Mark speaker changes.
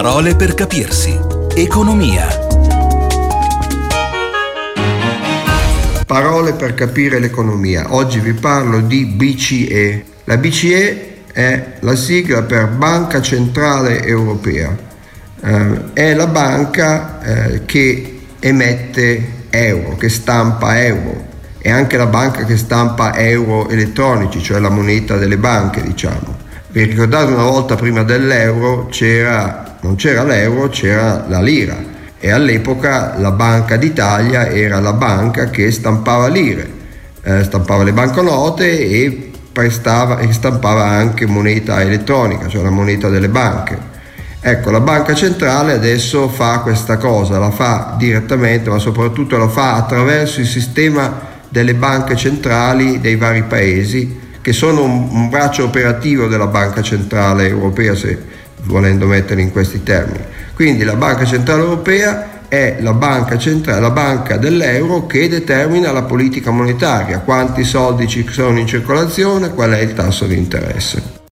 Speaker 1: Parole per capirsi. Economia.
Speaker 2: Parole per capire l'economia. Oggi vi parlo di BCE. La BCE è la sigla per Banca Centrale Europea. È la banca che emette euro, che stampa euro. È anche la banca che stampa euro elettronici, cioè la moneta delle banche, diciamo. Vi ricordate, una volta prima dell'euro non c'era l'euro, c'era la lira, e all'epoca la Banca d'Italia era la banca che stampava lire, stampava le banconote e stampava anche moneta elettronica, cioè la moneta delle banche. Ecco, la banca centrale adesso fa questa cosa, la fa direttamente, ma soprattutto la fa attraverso il sistema delle banche centrali dei vari paesi, che sono un braccio operativo della Banca Centrale Europea, se volendo metterli in questi termini. Quindi la Banca Centrale Europea è la banca centrale, la banca dell'euro, che determina la politica monetaria, quanti soldi ci sono in circolazione, qual è il tasso di interesse.